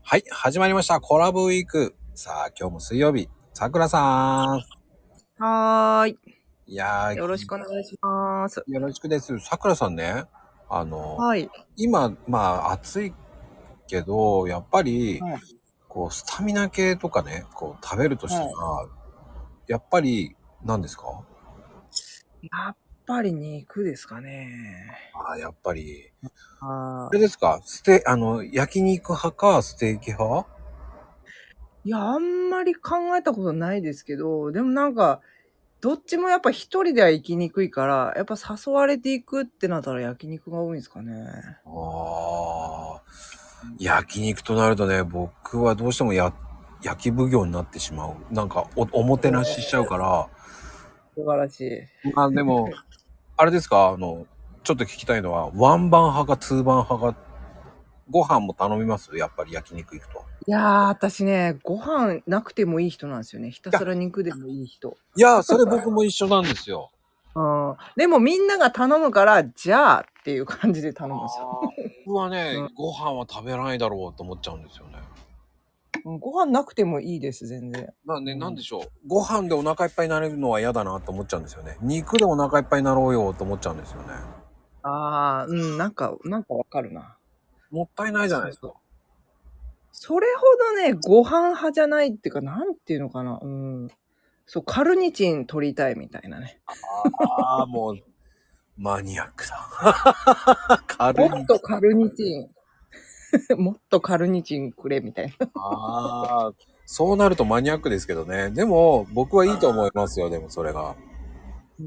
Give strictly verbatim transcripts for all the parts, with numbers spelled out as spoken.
はい、始まりました。コラボウィーク。さあ、今日も水曜日。さくらさん。 はーい。 いやー、 よろしくお願いします。 よろしくです。さくらさんね、あの、 はい。 今、まあ、暑いけど、やっぱり、 はい。 こう、スタミナ系とかね、こう、食べるとしたはら、やっぱり、何ですか？ い。やっぱり肉ですかね。 ああ、やっぱり、あああ。 れですか？ステ、あの、焼肉派か、ステーキ派？ いや、あんまり考えたことないですけど、でもなんか、どっちもやっぱ一人では行きにくいから、やっぱ誘われていくってなったら焼肉が多いんですかね。 ああ、 うん。 焼肉となるとね、僕はどうしてもや、焼き奉行になってしまう。なんかお、おもてなししちゃうから、 素晴らしい。 まあでも、あれですか、あの、ちょっと聞きたいのは、ワンバン派かツーバン派か、ご飯も頼みますやっぱり焼肉行くと。 いやー、私ね、ご飯なくてもいい人なんですよね。ひたいや、 すら肉でもいい人。 いや、それ僕も一緒なんですよ。 うん。でもみんなが頼むから、じゃあっていう感じで頼むんですよ。 ああ、僕はね、 うん。 ご飯は食べないだろうと思っちゃうんですよね。 うん、ご飯なくてもいいです、全然。 なんで、なんうん。 でしょう。ご飯でお腹いっぱいになれるのは嫌だなと思っちゃうんですよね。肉でお腹いっぱいになろうよと思っちゃうんですよね。 ああ、うん、なんかなんかわかるな。 もったいないじゃないですか。 そうそう。それほどね、ご飯派じゃないっていうか、なんていうのかな、うん。そう、カルニチン取りたいみたいなね。 ああ、もう、マニアックだ。軽い。 もっとカルニチン、もっとカルニチンくれみたいな。 ああ、そうなるとマニアックですけどね。でも、僕はいいと思いますよ、でもそれが。 うん、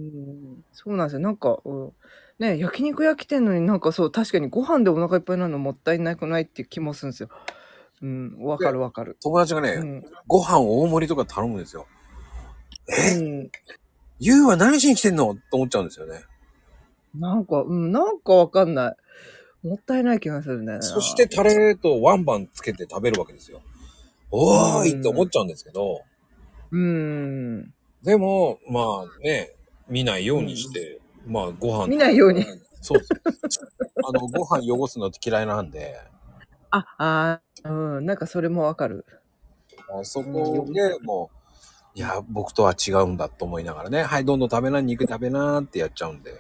そうなんですよ。なんか、うん、ね、焼肉屋来てんのになんかそう、確かにご飯でお腹いっぱいになるのもったいなくないっていう気もするんですよ。うん、わかで、 るわかる。 友達がね、 うん。 ご飯大盛りとか頼むんですよ。え、 うん。 ユウは何しに来てんのと思っちゃうんですよね。 なんか、うん、なんかわかんない。もったいない気がするんだよそしてな。 タレとワンバンつけて食べるわけですよ。 うおーいって思っん。 ちゃうんですけど、 うん。 でも、まあね、見ないようにうん。 して、まあご飯、 見ないように。 そうです。あの、ご飯汚すのって嫌いなんで、 あ、ああ、うん、なんかそれもわかる。 あそうん、よこでもう、いや、僕とは違うんだと思いながらね、はい、どんどん食べな、肉食べなってやっちゃうんで。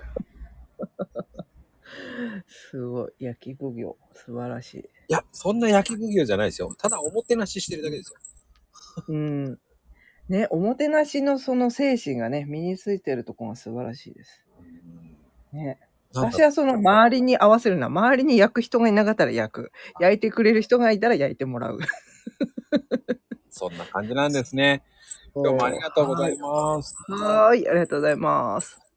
すごい。焼き奉行。素晴らしい。 いや、そんな焼き奉行じゃないですよ。ただおもてなししてるだけですよ。 うん。ね、おもてなしのその精神がね、身についてるところが素晴らしいです。 うん、 ね。 なんだ、 私はその周りに合わせるのは、周りに焼く人がいなかったら焼く。焼いてくれる人がいたら焼いてもらう。 そんな感じなんですね。今日もありそう、 がとうございはい。 ます。 はーい、ありがとうございます。